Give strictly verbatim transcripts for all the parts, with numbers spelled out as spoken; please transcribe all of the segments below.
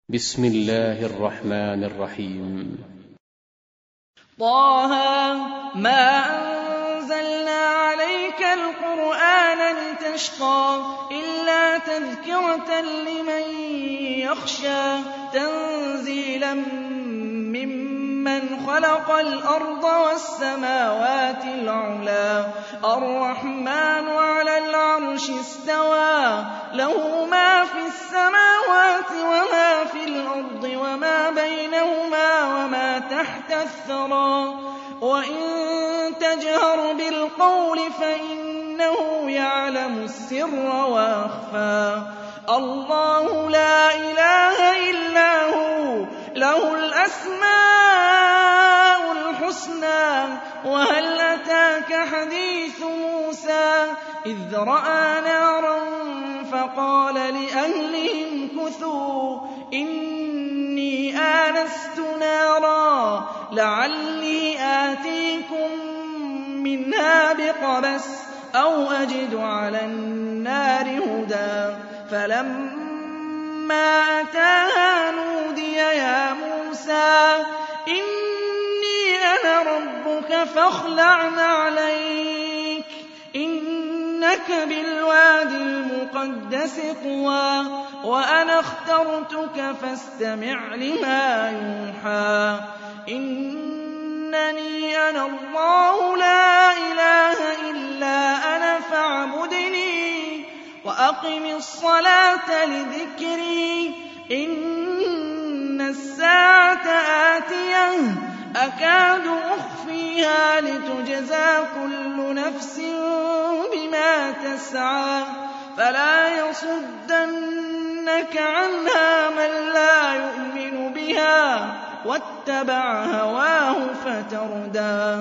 بسم الله الرحمن الرحيم. طه ما أنزلنا عليك القرآن لتشقى إلا تذكرة لمن يخشى تنزيلا ممن خلق الأرض والسماوات العلى الرحمن على العرش استوى له ما في السماوات وما في الأرض وما بينهما وما تحت الثرى وإن تجهر بالقول فإنه يعلم السر وأخفى الله لا إله إلا هو له الأسماء الحسنى وهل أتاك حديث موسى إذ رأى نارا فقال لأهلهم كثوا إني آنست نارا لعلي آتيكم منها بقبس أو أجد على النار هدى فلما أتاها نودي يا موسى إني أنا ربك فاخلع نعليك إنك بالوادي المقدس طوى وأنا اخترتك فاستمع لما يوحى إنني أنا الله لا إله إلا أنا فاعبدني وأقم الصلاة لذكري إن الساعة آتية أكاد أخفيها لتجزى كل نفس بما تسعى فلا يصدنك عنها من لا يؤمن بها واتبع هواه فتردى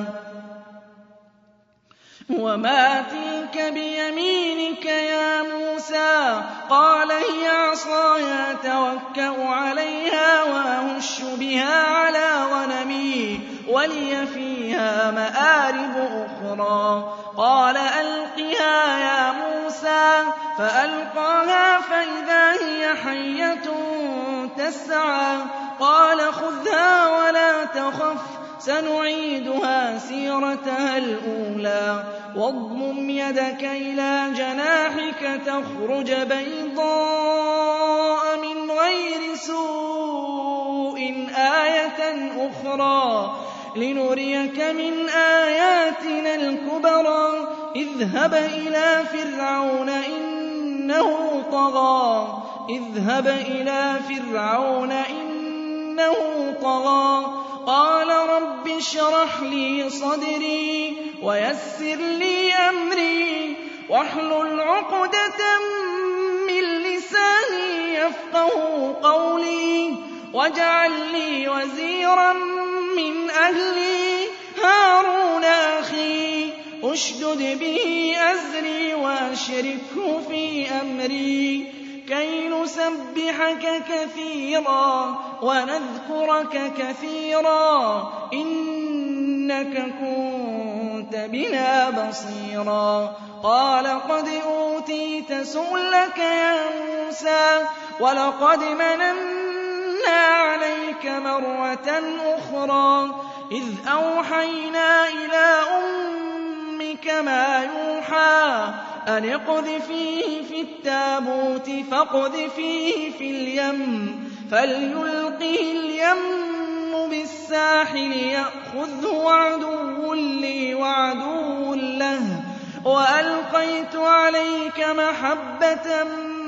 وما تلك بيمينك يا موسى قال هي عصاي أتوكأ عليها وأهش بها على غنمي ولي فيها مآرب أخرى قال ألقها يا موسى فألقاها فإذا هي حية تسعى قال خذها ولا تخف سنعيدها سيرتها الأولى واضمم يدك إلى جناحك تخرج بيضاء من غير سوء آية أخرى لنريك من آياتنا الكبرى اذهب إلى فرعون إنه طغى اذهب إلى فرعون إنه طغى قال رب اشرح لي صدري ويسر لي أمري واحلل عقدة من لساني يفقهوا قولي واجعل لي وزيرا من أهلي هارون أخي اشدد به أزري وأشركه في أمري كي نسبحك كثيرا ونذكرك كثيرا إنك كنت بنا بصيرا قال قد أوتيت سؤلك يا موسى ولقد مننا عليك مرة أخرى إذ أوحينا إلى أمك ما يوحى أن اقذفيه في التابوت فاقذفيه في اليم فليلقه اليم بالساحل يأخذه عدو لي وعدو له وألقيت عليك محبة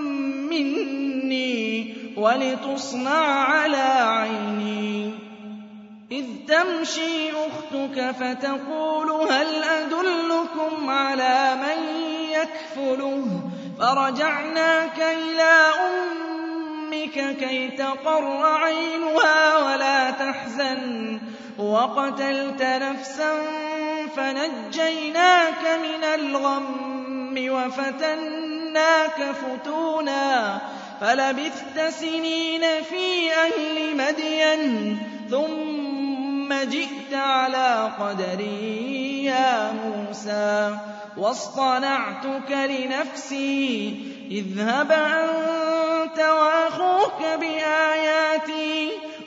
مني ولتصنع على عيني إذ تمشي أختك فتقول هل أدلكم على من يكفله فرجعناك إلى أمك كي تقر عينها ولا تحزن وقتلت نفسا فنجيناك من الغم وفتناك فتونا فلبثت سنين في أهل مدين ثم جئت على قدري يا موسى واصطنعتك لنفسي اذهب أنت وأخوك بآياتي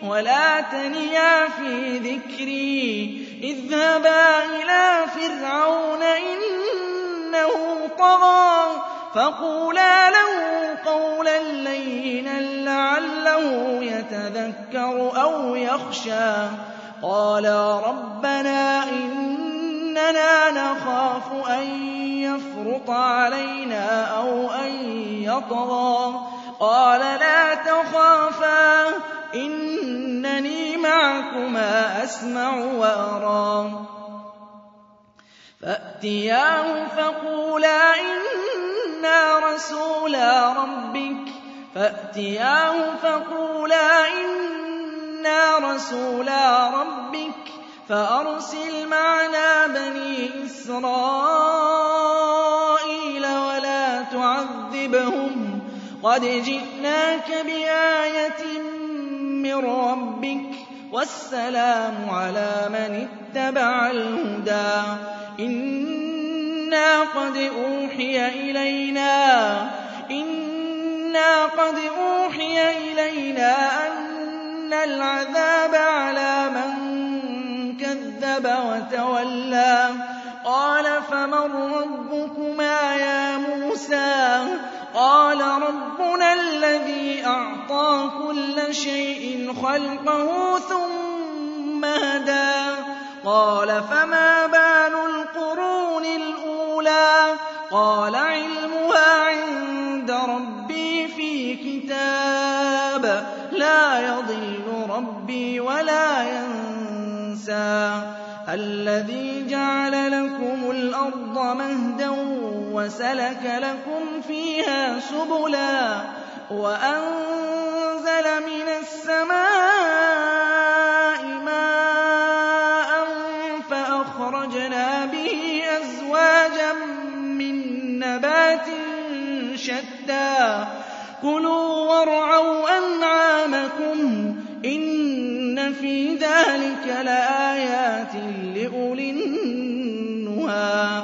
ولا تنيا في ذكري اذهبا إلى فرعون إنه طغى فقولا له قولا لينا لعله يتذكر أو يخشى قالا ربنا إننا نخاف أن يفرط علينا أو أن يطغى قال لا تخافا إنني معكما أسمع وأرى فأتياه فقولا إنا رسولا ربك فأتياه فقولا إنا رسولا ربك فأرسل معنا بني إسرائيل ولا تعذبهم قد جئناك بآية من ربك والسلام على من اتبع الهدى إنا قد أوحي إلينا إنا قد أوحي إلينا أن العذاب على من كذب وتولى قال فمن ربكما يا موسى قال ربنا الذي أعطى كل شيء خلقه ثم هدى قال فما بال القرون الأولى قال علمها عند ربي في كتاب لا يضل ربي ولا ينسى الذي جعل لكم الأرض مهدا وسلك لكم فيها سبلا وأنزل من السماء ماء فأخرجنا به أزواجا من نبات شتى كلوا وارعوا أنعامكم إن في ذلك لآيات لأولي النهى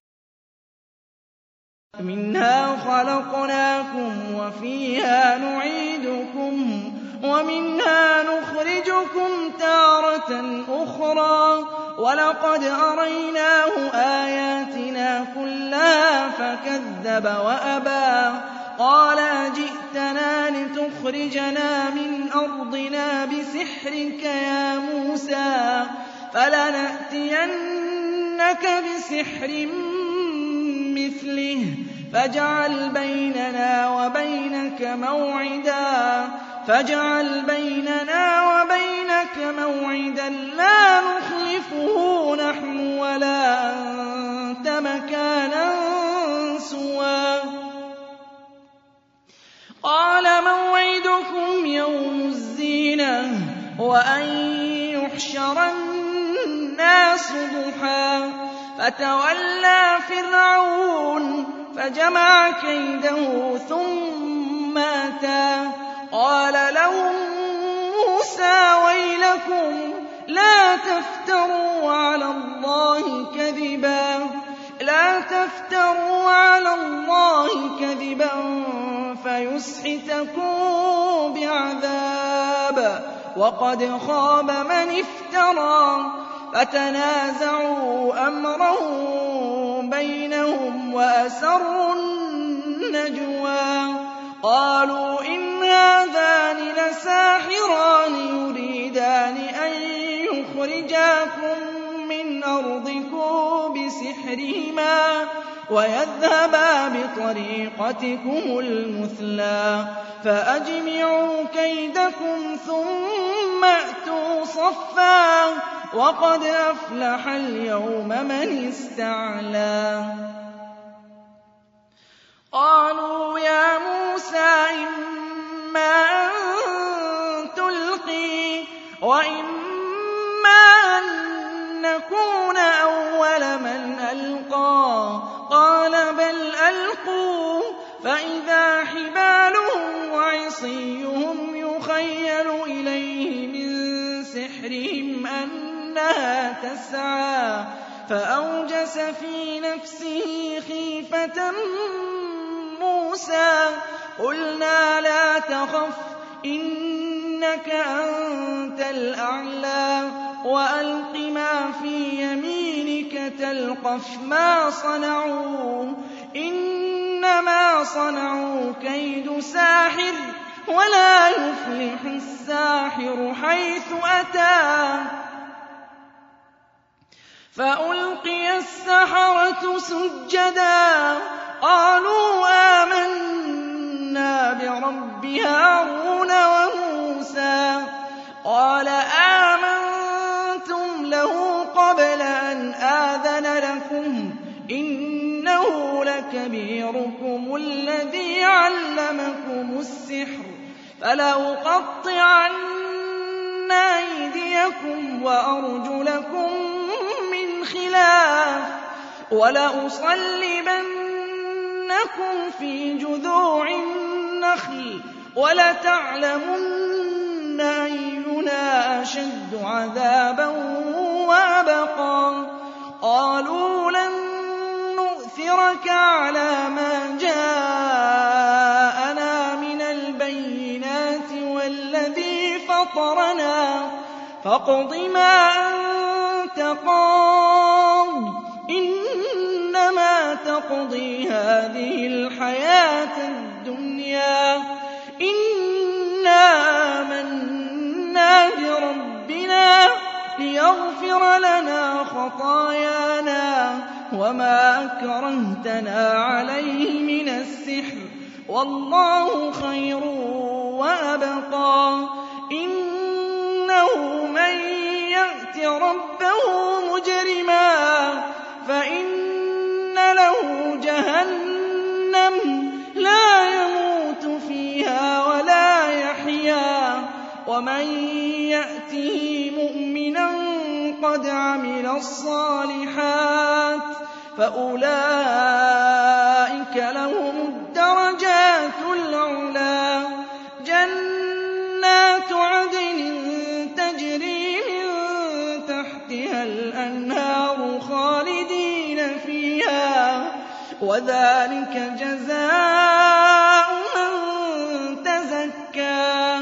منها خلقناكم وفيها نعيدكم ومنها نخرجكم تارة أخرى ولقد أريناه آياتنا كلها فكذب وأبى قال أجئتنا لتخرجنا من أرضنا بسحرك يا موسى فلنأتينك بسحر مثله فاجعل بيننا وبينك موعدا فاجعل بيننا وبينك موعدا لا نخلفه نحن ولا أنت مكانا سوى قال موعدكم يوم الزينة وأن يحشر الناس ضحى فتولى فرعون فجمع كيده ثم أتى قال لهم موسى ويلكم لا تفتروا على الله كذبا لا تفتروا على الله كذبا فيسحتكم بعذاب وقد خاب من افترى فتنازعوا أمرهم بينهم وأسروا النجوى قالوا إن هذان لساحران يريدان أن يخرجاكم من أرضكم بسحرهما ويذهبا بطريقتكم المثلى فأجمعوا كيدكم ثم أتوا صفا وقد أفلح اليوم من استعلى قالوا يا موسى إما أن تلقي وإما أن نكون أول من ألقى قال بل ألقوا فإذا حبالهم وعصيهم يخيل إليه من سحرهم أنها تسعى فأوجس في نفسه خيفة موسى قلنا لا تخف إنا إِنَّكَ أَنتَ الْأَعْلَىٰ وَأَلْقِ مَا فِي يَمِينِكَ تَلْقَفْ مَا صَنَعُوا إِنَّمَا صَنَعُوا كَيْدُ سَاحِرٍ وَلَا يُفْلِحُ السَّاحِرُ حَيْثُ أَتَىٰ فَأُلْقِيَ السَّحَرَةُ سُجَّدًا قَالُوا آمَنَّا بِرَبِّ هَارُونَ وَمُوسَىٰ قَالَ آمَنتُمْ لَهُ قَبْلَ أَنْ آذَنَ لَكُمْ إِنَّهُ لَكَبِيرُكُمُ الَّذِي عَلَّمَكُمُ السِّحْرَ فَلَأُقَطِّعَنَّ أَيْدِيَكُمْ وَأَرْجُلَكُم مِّنْ خِلَافٍ وَلَأُصَلِّبَنَّكُمْ فِي جُذُوعِ النَّخْلِ وَلَتَعْلَمُنَّ أَيُّنَا أَشَدُّ عَذَابًا وَأَبْقَىٰ قَالُوا لَن نُّؤْثِرَكَ عَلَىٰ مَا جَاءَنَا مِنَ الْبَيِّنَاتِ وَالَّذِي فَطَرَنَا فَاقْضِ مَا أَنتَ قَاضٍ إِنَّمَا تَقْضِي هَٰذِهِ الْحَيَاةَ الدُّنْيَا إِنَّا آمَنَّا بِرَبِّنَا لِيَغْفِرَ لَنَا خَطَايَانَا وَمَا أَكْرَهْتَنَا عَلَيْهِ مِنَ السِّحْرِ وَاللَّهُ خَيْرٌ وَأَبْقَىٰ إِنَّهُ مَن يَأْتِ رَبَّهُ مُجْرِمًا فَإِنَّ لَهُ جَهَنَّمَ لَا يَمُوتُ فِيهَا وَلَا يَحْيَىٰ وَمَن يَأْتِهِ مُؤْمِنًا قَدْ عَمِلَ الصَّالِحَاتِ فَأُولَٰئِكَ لَهُمُ الدَّرَجَاتُ الْعُلَىٰ جَنَّاتُ عَدْنٍ تَجْرِي مِن تَحْتِهَا الْأَنْهَارُ خَالِدِينَ فِيهَا وَذَٰلِكَ جَزَاءُ مَن تَزَكَّىٰ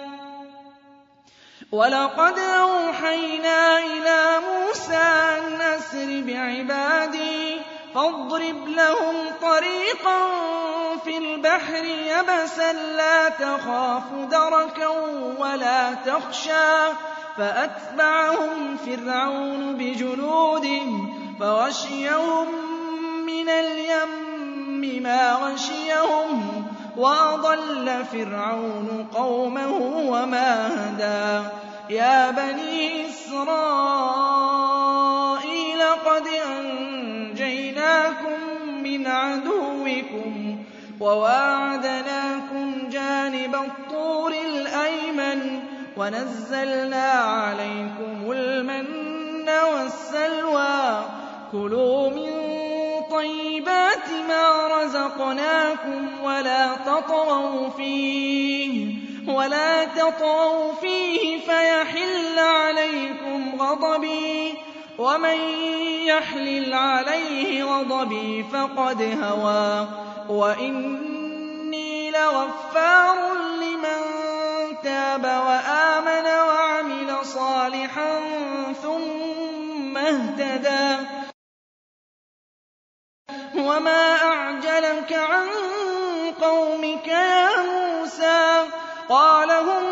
وَلَقَدْ أَوْحَيْنَا إِلَىٰ مُوسَىٰ أَنْ أَسْرِ بِعِبَادِي فاضرب لهم طريقا في البحر يبسا لا تخاف دركا ولا تخشى فأتبعهم فرعون بجنوده فغشيهم من اليم ما غشيهم وأضل فرعون قومه وما هدى يا بني إسرائيل قد أنجيناكم من عدوكم وواعدناكم جانب الطور الأيمن ونزلنا عليكم المن والسلوى كلوا من طيبات ما رزقناكم ولا تطغوا فيه ولا تطغوا فيه فيحل عليكم غضبي ومن يحلل عليه غضبي فقد هوى وإني لغفار لمن تاب وآمن وعمل صالحا ثم اهتدى وما أعجلك عن قومك يا موسى قال هم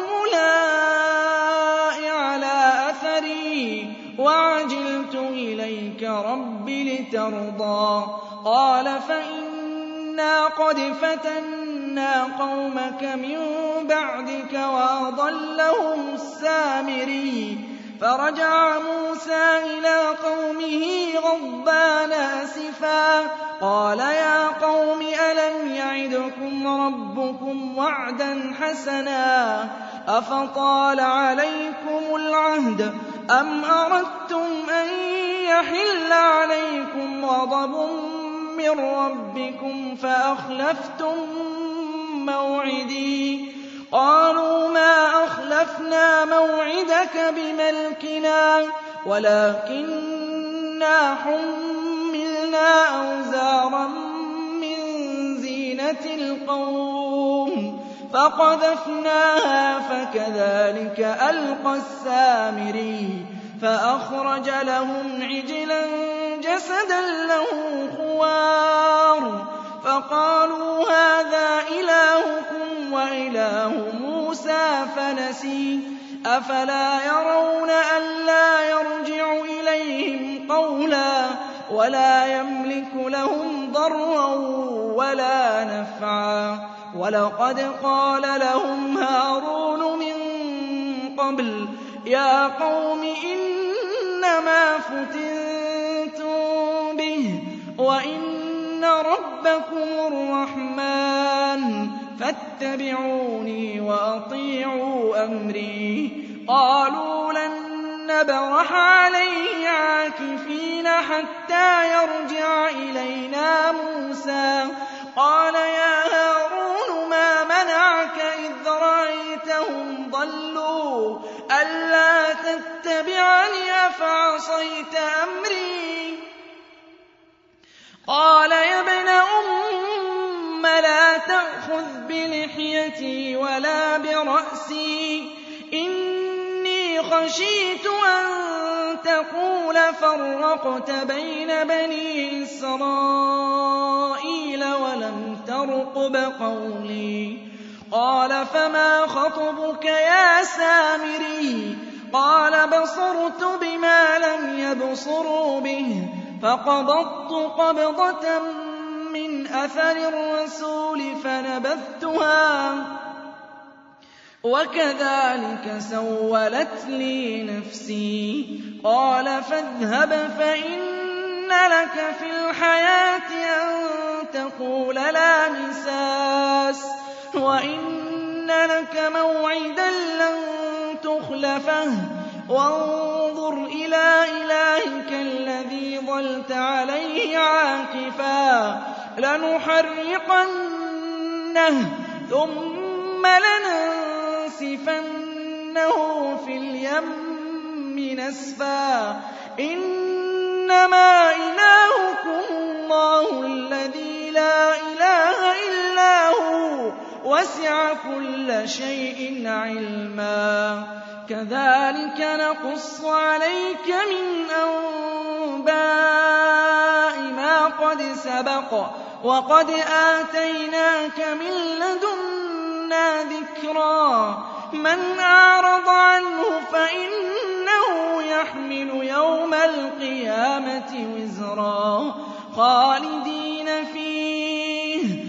أولئك على أثري وعجلت إليك رب لترضى قال فإنا قد فتنا قومك من بعدك وأضلهم السامري فرجع موسى إلى قومه غضبان أسفا قال يا قوم ألم يعدكم ربكم وعدا حسنا أفطال عليكم العهد أم أردتم أن يحل عليكم غضب من ربكم فأخلفتم موعدي قالوا ما أخلفنا موعدك بملكنا ولكننا حملنا أوزارا من زينة القوم فقذفناها فكذلك ألقى السامري فأخرج لهم عجلا جسدا له خوار فقالوا هذا إلهكم وإله موسى فنسي أفلا يرون ألا يرجع إليهم قولا ولا يملك لهم ضرا ولا نفعا ولقد قال لهم هارون من قبل يا قوم إنما فتنتم به وإن ربكم الرحمن فاتبعوني وأطيعوا أمري قالوا لن نبرح عليه عاكفين حتى يرجع إلينا موسى قال يا هارون ما منعك إذ رأيتهم ضلوا ألا تتبعني أفعصيت أمري قال يا ابن أم لا تأخذ بلحيتي ولا برأسي إني خشيت أن تقول فرقت بين بني إسرائيل ولم ترقب قولي قال فما خطبك يا سامري قال بصرت بما لم يبصروا به فقبضت قبضة من أثر الرسول فنبذتها وكذلك سولت لي نفسي قال فاذهب فإن لك في الحياة أن تقول لا مساس وإن لك موعدا لن تخلفه وانظر إلى إلهك الذي ظلت عليه عاكفا لنحرقنه ثم لننسفنه في اليم نسفا إنما إلهكم الله الذي لا إله إلا هو وسع كل شيء علما كذلك نقص عليك من أنباء ما قد سبق وقد آتيناك من لدنا ذكرا من أعرض عنه فإنه يحمل يوم القيامة وزرا خالدين فيه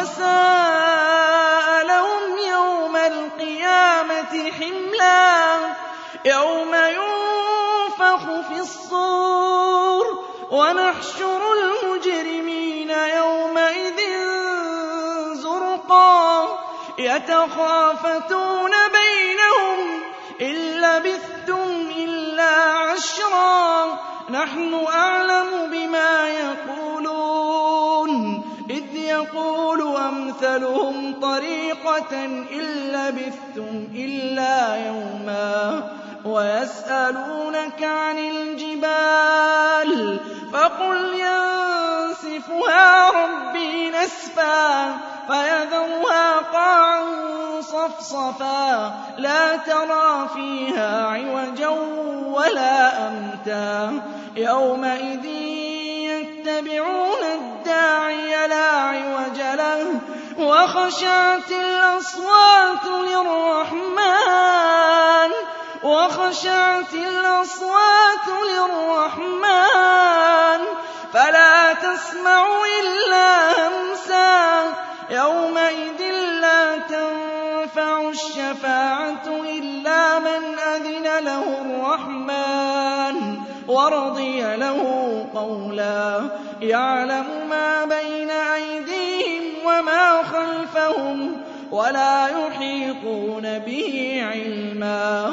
وساء لهم يوم القيامة حملا يوم ينفخ في الصور ونحشر المجرمين يومئذ زرقا يتخافتون بينهم إن لبثتم إلا عشرا نحن أعلم بما يقولون إذ يقول أمثلهم طريقة إن لبثتم إلا يوما ويسألونك عن الجبال فقل ينسفها ربي نسفا فيذرها قاعا صفصفا لا ترى فيها عوجا ولا أمتا يومئذ يتبعون الداعي لا عوج له وخشعت الأصوات للرحمن وخشعت الأصوات للرحمن فلا تسمع إلا همسا يومئذ لا تنفع الشفاعة إلا من أذن له الرحمن ورضي له قولا يعلم ما بين أيديهم وما خلفهم ولا يحيطون به علما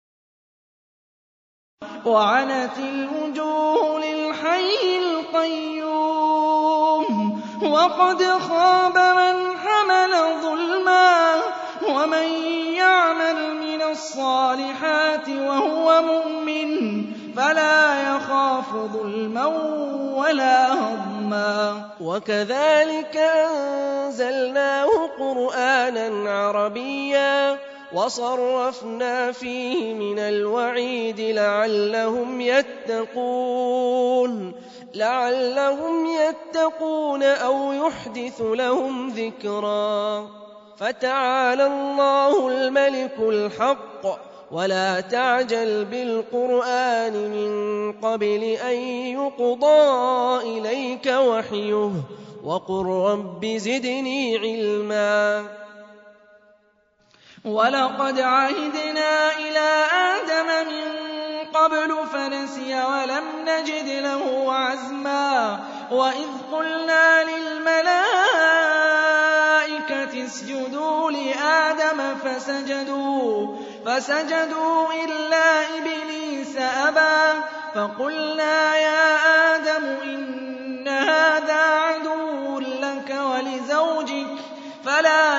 وعنت الوجوه للحي القيوم وقد خاب من حمل ظلما ومن يعمل من الصالحات وهو مؤمن فلا يخاف ظلما ولا هضما وكذلك أنزلناه قرآنا عربيا وصرفنا فيه من الوعيد لعلهم يتقون لعلهم يتقون أو يحدث لهم ذكرا فتعالى الله الملك الحق ولا تعجل بالقرآن من قبل أن يقضى إليك وحيه وقل رب زدني علما ولقد عهدنا إلى آدم من قبل فنسي ولم نجد له عزما وإذ قلنا للملائكة اسجدوا لآدم فسجدوا فسجدوا إلا إبليس أبى فقلنا يا آدم إن هذا عدو لك ولزوجك فلا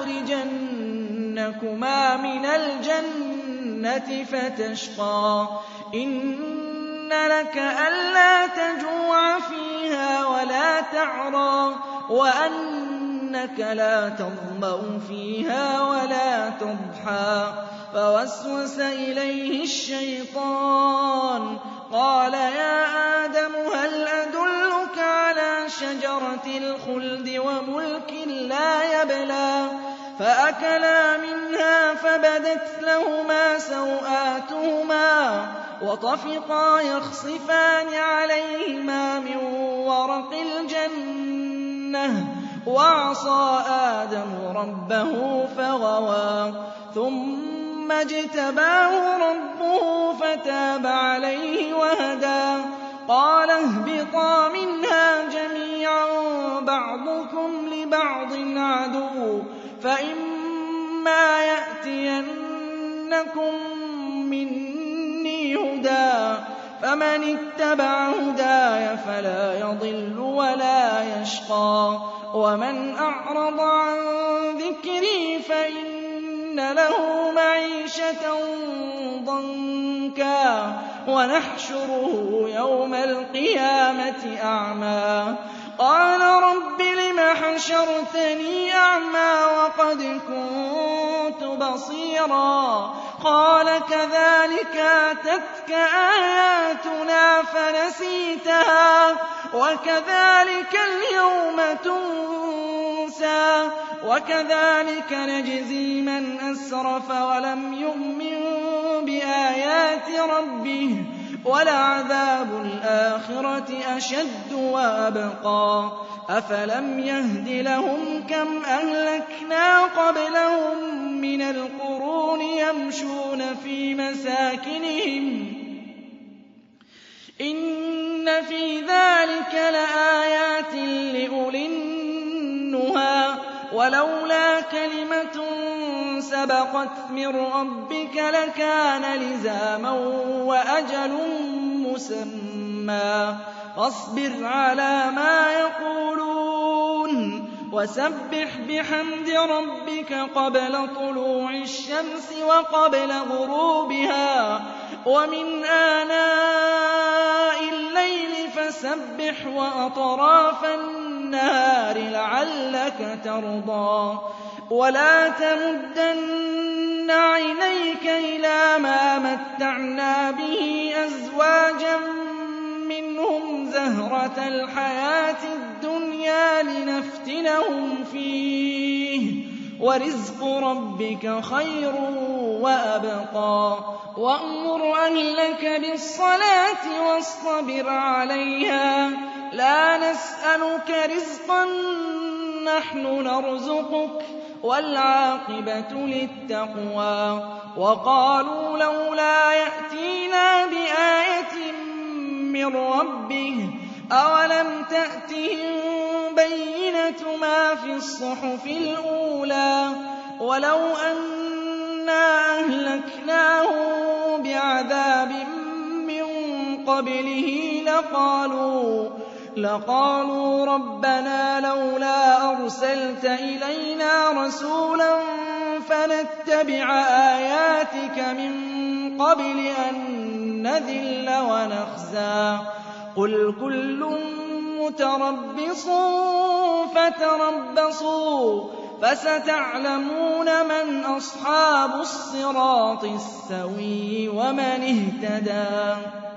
يخرجنكما من الجنة فتشقى إن لك ألا تجوع فيها ولا تعرى وأنك لا تظمأ فيها ولا تضحى فوسوس إليه الشيطان قال يا آدم هل أدلك على شجرة الخلد وملك لا يبلى فأكلا منها فبدت لهما سوآتهما وطفقا يخصفان عليهما من ورق الجنة وعصى آدم ربه فغوى ثم اجتباه ربه فتاب عليه وهدى قال اهبطا منها جميعا بعضكم لبعض عدو فإما يأتينكم مني هدى فمن اتبع هداي فلا يضل ولا يشقى ومن أعرض عن ذكري فإن له معيشة ضنكا ونحشره يوم القيامة أعمى قال رب لم حشرتني أعمى وقد كنت بصيرا قال كذلك أتتك آياتنا فنسيتها وكذلك اليوم تنسى وكذلك نجزي من أسرف ولم يؤمن بآيات ربه ولعذاب الآخرة أشد وأبقى أفلم يهد لهم كم أهلكنا قبلهم من القرون يمشون في مساكنهم إن في ذلك لآيات لأولي النهى ولولا كلمة سبقت من ربك لكان لزاما وأجل مسمى فاصبر على ما يقولون وسبح بحمد ربك قبل طلوع الشمس وقبل غروبها ومن آناء الليل فسبح وأطراف النهار لعلك ترضى ولا تمدن عينيك إلى ما متعنا به أزواجا منهم زهرة الحياة الدنيا لنفتنهم فيه ورزق ربك خير وأبقى وأمر أهلك بالصلاة واصطبر عليها لا نسألك رزقا نحن نرزقك والعاقبة للتقوى وقالوا لولا يأتينا بآية من ربه أولم تأتهم بينة ما في الصحف الأولى ولو أنا أهلكناهم بعذاب من قبله لقالوا لقالوا ربنا لولا أرسلت إلينا رسولا فنتبع آياتك من قبل أن نذل ونخزى قل كل مُّتَرَبِّصٌ فَتَرَبَّصُوا فَسَتَعْلَمُونَ مَنْ أَصْحَابُ الصِّرَاطِ السَّوِيِّ وَمَنِ اهْتَدَىٰ